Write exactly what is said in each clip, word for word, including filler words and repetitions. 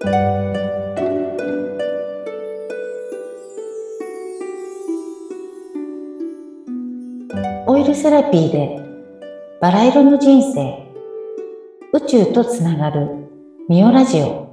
オイルセラピーでバラ色の人生、宇宙とつながるミオラジオ。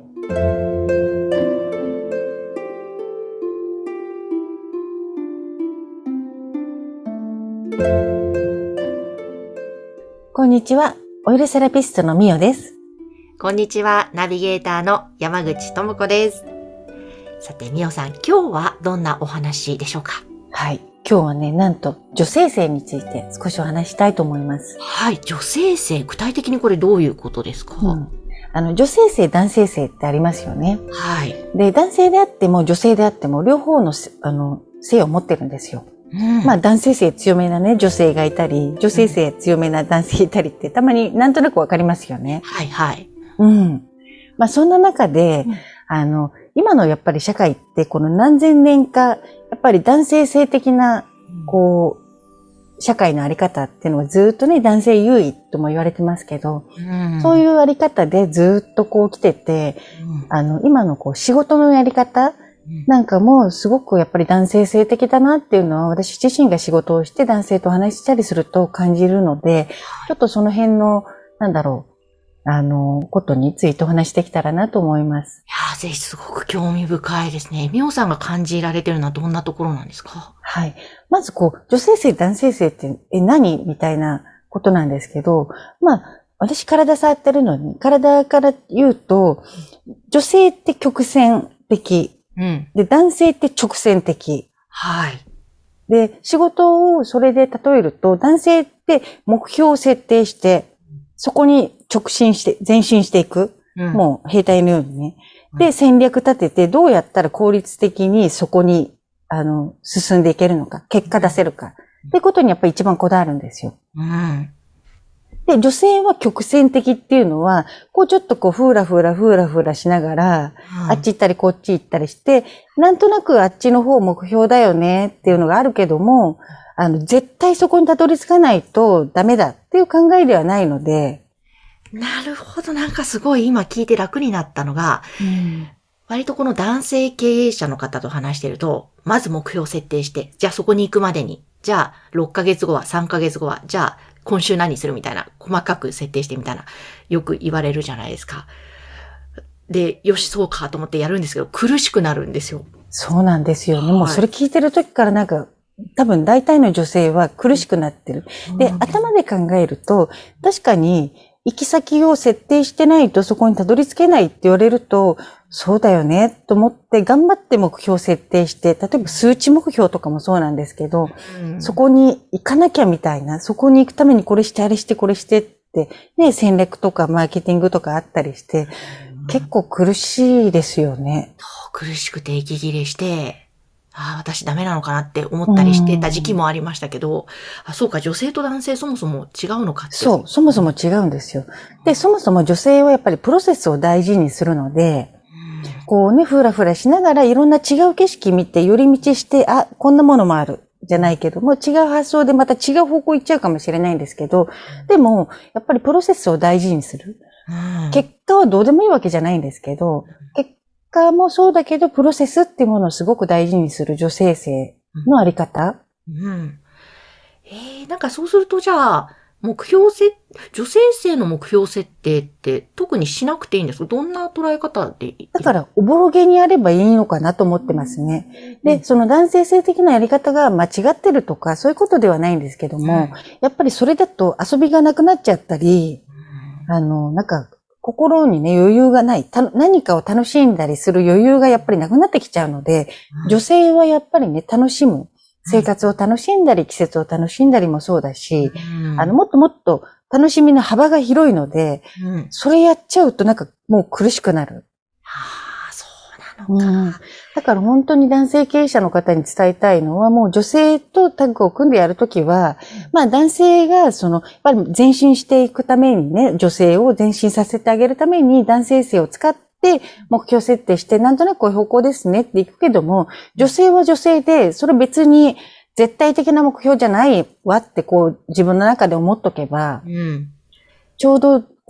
こんにちは、オイルセラピストのミオです。 こんにちは、ナビゲーターの山口智子です。さて、ミオさん、今日はどんなお話でしょうか？ はい、今日はね、なんと女性性について少しお話したいと思います。 はい、女性性、具体的にこれどういうことですか？ うん、あの女性性、男性性ってありますよね。 はい。 で、男性であっても女性であっても両方のあの性を持ってるんですよ。 うん、 まあ男性性強めなね、女性がいたり、女性性強めな男性いたりってたまになんとなくわかりますよね。 はいはい。 うん。まあそんな中で、うん、あの、今のやっぱり社会ってこの何千年か、やっぱり男性性的な、こう、社会のあり方っていうのはずっとね、男性優位とも言われてますけど、うん、そういうあり方でずっとこう来てて、うん、あの、今のこう仕事のやり方なんかもすごくやっぱり男性性的だなっていうのは私自身が仕事をして男性と話したりすると感じるので、ちょっとその辺の、なんだろう、あの、ことについてお話してきたらなと思います。 いやー、ぜひすごく興味深いですね。ミオさんが感じられてるのはどんなところなんですか？ はい。まずこう、女性性、男性性ってえ何みたいなことなんですけど、まあ、私体触ってるのに、体から言うと、女性って曲線的。うん、で、男性って直線的。 はい。 で、仕事をそれで例えると、男性って目標を設定して、そこに直進して、前進していく。うん、もう兵隊のようにね。で、戦略立てて、どうやったら効率的にそこに、あの、進んでいけるのか、結果出せるか。ってことにやっぱり一番こだわるんですよ。うん。で、女性は曲線的っていうのは、こうちょっとこう、ふーらふーらふーらふーらしながら、うん、あっち行ったりこっち行ったりして、なんとなくあっちの方目標だよねっていうのがあるけども、あの、絶対そこにたどり着かないとダメだっていう考えではないので。 なるほど。なんかすごい今聞いて楽になったのが、うん、割とこの男性経営者の方と話してると、まず目標設定して、じゃあそこに行くまでに、じゃあろっかげつごは、さんかげつごは、じゃあ今週何するみたいな、細かく設定してみたいな、よく言われるじゃないですか。で、よし、そうかと思ってやるんですけど、苦しくなるんですよ。 そうなんですよね。もうそれ聞いてる時からなんか、多分大体の女性は苦しくなってる。で、うん、頭で考えると、確かに行き先を設定してないとそこにたどり着けないって言われると、そうだよねと思って頑張って目標設定して、例えば数値目標とかもそうなんですけど、うん、そこに行かなきゃみたいな、そこに行くためにこれしてあれしてこれしてって、ね、戦略とかマーケティングとかあったりして、うん、結構苦しいですよね。 苦しくて息切れして、ああ、私ダメなのかなって思ったりしてた時期もありましたけど、あ、そうか、女性と男性そもそも違うのかって。 そう、そもそも違うんですよ。で、そもそも女性はやっぱりプロセスを大事にするので、こうね、ふらふらしながらいろんな違う景色見て寄り道して、あ、こんなものもある。じゃないけども、違う発想でまた違う方向行っちゃうかもしれないんですけど、でも、やっぱりプロセスを大事にする。結果はどうでもいいわけじゃないんですけど、結果もそうだけど、プロセスっていうものをすごく大事にする女性性のあり方。 うん。うん、えー、なんかそうするとじゃあ、目標設、女性性の目標設定って特にしなくていいんですか？どんな捉え方でいい？ だから、おぼろげにやればいいのかなと思ってますね。で、うん、その男性性的なやり方が間違ってるとか、そういうことではないんですけども、うん、やっぱりそれだと遊びがなくなっちゃったり、うん、あの、なんか、心にね、余裕がない、何かを楽しんだりする余裕がやっぱりなくなってきちゃうので、うん、女性はやっぱりね、楽しむ。生活を楽しんだり、季節を楽しんだりもそうだし、うん、あの、もっともっと楽しみの幅が広いので、うん、それやっちゃうとなんかもう苦しくなる。 ああ、そうなのか、 うん。だから本当に男性経営者の方に伝えたいのは、もう女性とタッグを組んでやるときは、まあ男性がその、やっぱり前進していくためにね、女性を前進させてあげるために男性性を使って、で、目標設定して、なんとなくこういう方向ですねっていくけども、女性は女性で、それ別に絶対的な目標じゃないわってこう自分の中で思っとけば、うん、ちょうどこ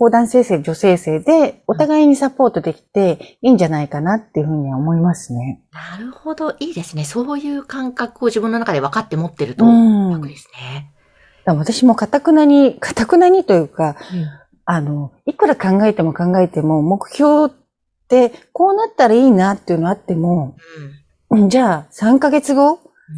こう男性性、女性性でお互いにサポートできていいんじゃないかなっていうふうには思いますね。 なるほど。いいですね。そういう感覚を自分の中で分かって持ってると楽ですね。 うん、私も堅くなに、堅くなにというか、うん、あの、いくら考えても考えても、目標ってこうなったらいいなっていうのあっても、うん、じゃあさんかげつご、うん、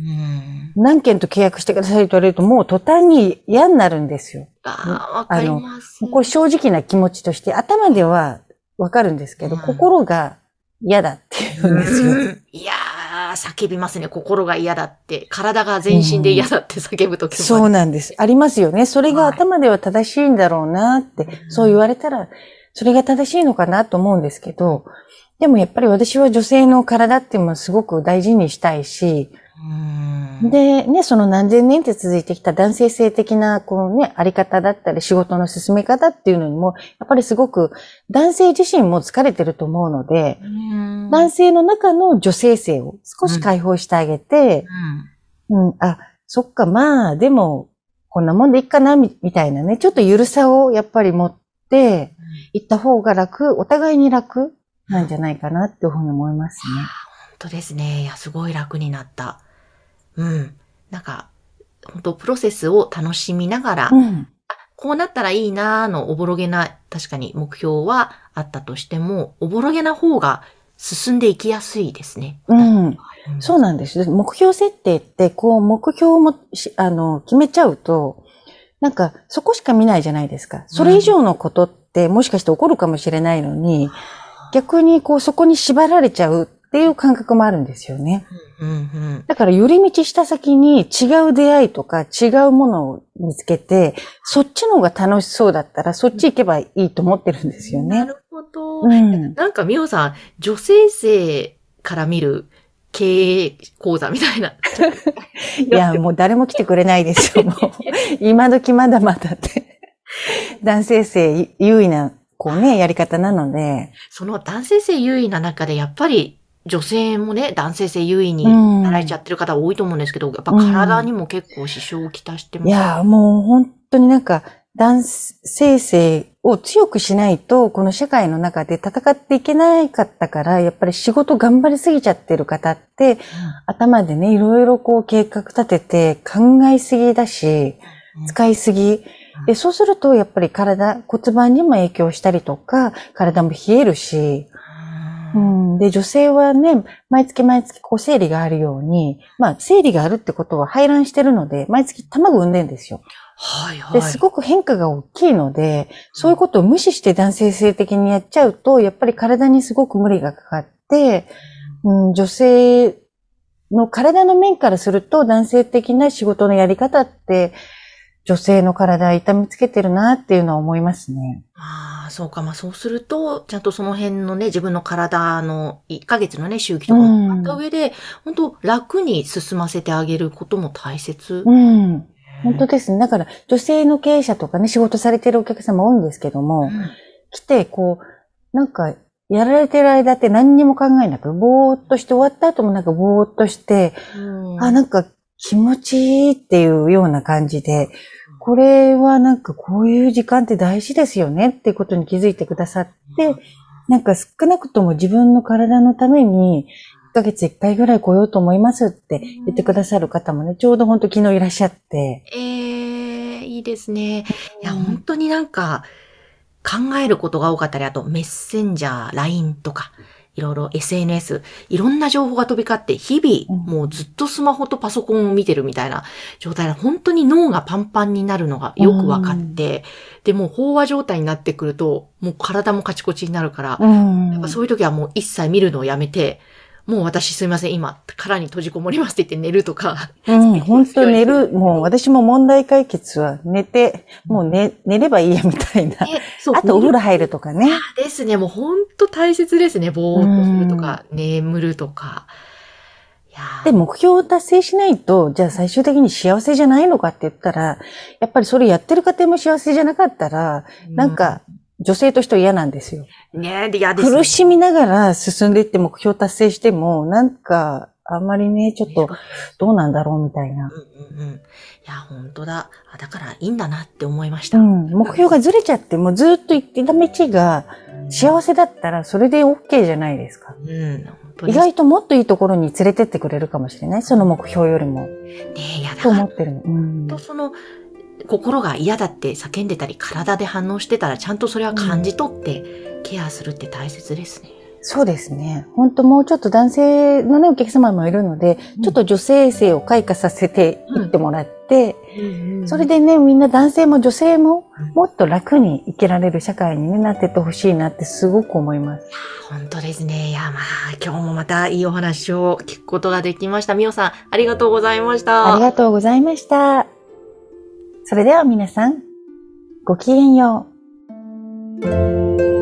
何件と契約してくださいと言われると、もう途端に嫌になるんですよ。 ああ、わかります。 あの、これ正直な気持ちとして、頭ではわかるんですけど、うん、心が嫌だって言うんですよ。うん、 いやー、叫びますね。心が嫌だって。体が全身で嫌だって叫ぶときも、うん、 そうなんです。ありますよね。それが頭では正しいんだろうなって、はい、そう言われたら、それが正しいのかなと思うんですけど、でもやっぱり私は女性の体っていうのをすごく大事にしたいし、うんで、ね、その何千年って続いてきた男性性的な、このね、あり方だったり仕事の進め方っていうのにも、やっぱりすごく男性自身も疲れてると思うので、うん男性の中の女性性を少し解放してあげて、うんうん、あ、そっか、まあ、でも、こんなもんでいいかな、みたいなね、ちょっとゆるさをやっぱり持っていった方が楽、お互いに楽なんじゃないかなっていうふうに思いますね。 本当ですね。いや、すごい楽になった。うん。なんか、本当プロセスを楽しみながら、うん、あこうなったらいいなーのおぼろげな、確かに目標はあったとしても、おぼろげな方が進んでいきやすいですね。 うん。うん、そうなんです。目標設定って、こう、目標もあの決めちゃうと、なんか、そこしか見ないじゃないですか。それ以上のことって、もしかして起こるかもしれないのに、うん、逆にこう、そこに縛られちゃうっていう感覚もあるんですよね。うんうん、だから寄り道した先に違う出会いとか違うものを見つけて、そっちの方が楽しそうだったらそっち行けばいいと思ってるんですよね。 なるほど。うん、なんか美穂さん、女性性から見る経営講座みたいな。 いや、もう誰も来てくれないですよ。もう今時まだまだって。男性性優位な、こうね、やり方なので。 その男性性優位な中でやっぱり女性もね、男性性優位になられちゃってる方多いと思うんですけど、うん、やっぱ体にも結構支障をきたしてます。 いや、もう本当になんか男性性を強くしないと、この社会の中で戦っていけないかったから、やっぱり仕事頑張りすぎちゃってる方って、うん、頭でね、いろいろこう計画立てて考えすぎだし、うん、使いすぎ。で、そうするとやっぱり体、骨盤にも影響したりとか、体も冷えるし、うん、で、女性はね、毎月毎月こう生理があるように、まあ生理があるってことは排卵してるので、毎月卵産んでんですよ。 はいはい。 で、すごく変化が大きいので、そういうことを無視して男性性的にやっちゃうと、やっぱり体にすごく無理がかかって、うん、女性の体の面からすると男性的な仕事のやり方って、女性の体痛みつけてるなっていうのは思いますね。 ああ、そうか。まあそうすると、ちゃんとその辺のね、自分の体のいっかげつのね、周期とかもあった上で、うん、本当楽に進ませてあげることも大切。 うん。本当ですね。だから女性の経営者とかね、仕事されてるお客様多いんですけども、うん、来て、こう、なんか、やられてる間って何にも考えなく、ぼーっとして終わった後もなんかぼーっとして、うん、あ、なんか気持ちいいっていうような感じで、これはなんかこういう時間って大事ですよねっていうことに気づいてくださって、なんか少なくとも自分の体のためにいっかげついっかいぐらい来ようと思いますって言ってくださる方もね、ちょうど本当昨日いらっしゃって。 ええー、いいですね。いや、本当になんか考えることが多かったり、あとメッセンジャー、ライン とか、いろいろ エスエヌエス、いろんな情報が飛び交って、日々、もうずっとスマホとパソコンを見てるみたいな状態で、本当に脳がパンパンになるのがよくわかって、で、もう飽和状態になってくると、もう体もカチコチになるから、やっぱそういう時はもう一切見るのをやめて、もう私すいません、今、殻に閉じこもりますって言って寝るとか。 うん、本当寝る、もう私も問題解決は寝て、もう寝、寝ればいいやみたいな。あとお風呂入るとかね。 ですね、もう本当大切ですね。ぼーっとするとか、眠るとか。 いやで、目標を達成しないと、じゃあ最終的に幸せじゃないのかって言ったら、やっぱりそれやってる過程も幸せじゃなかったら、なんか、女性としては嫌なんですよ。 ねえ、嫌ですね。 苦しみながら進んでいって目標達成しても、なんか、あんまりね、ちょっと、どうなんだろうみたいな。 うんうんうん。いや、本当だ。あ、だからいいんだなって思いました。 うん。目標がずれちゃって、もうずっと行ってた道が幸せだったらそれで OK じゃないですか。 うん。本当意外ともっといいところに連れてってくれるかもしれない。その目標よりも。 ねえ、いやだと思ってるの。うん。 とその、心が嫌だって叫んでたり、体で反応してたら、ちゃんとそれは感じ取ってケアするって大切ですね。 そうですね。本当もうちょっと男性のね、お客様もいるので、うん、ちょっと女性性を開花させていってもらって、うん、それでね、みんな男性も女性ももっと楽に生きられる社会に、ね、なってってほしいなってすごく思います。 本当ですね。いや、まあ、今日もまたいいお話を聞くことができました。みおさん、ありがとうございました。 ありがとうございました。それでは皆さん、ごきげんよう。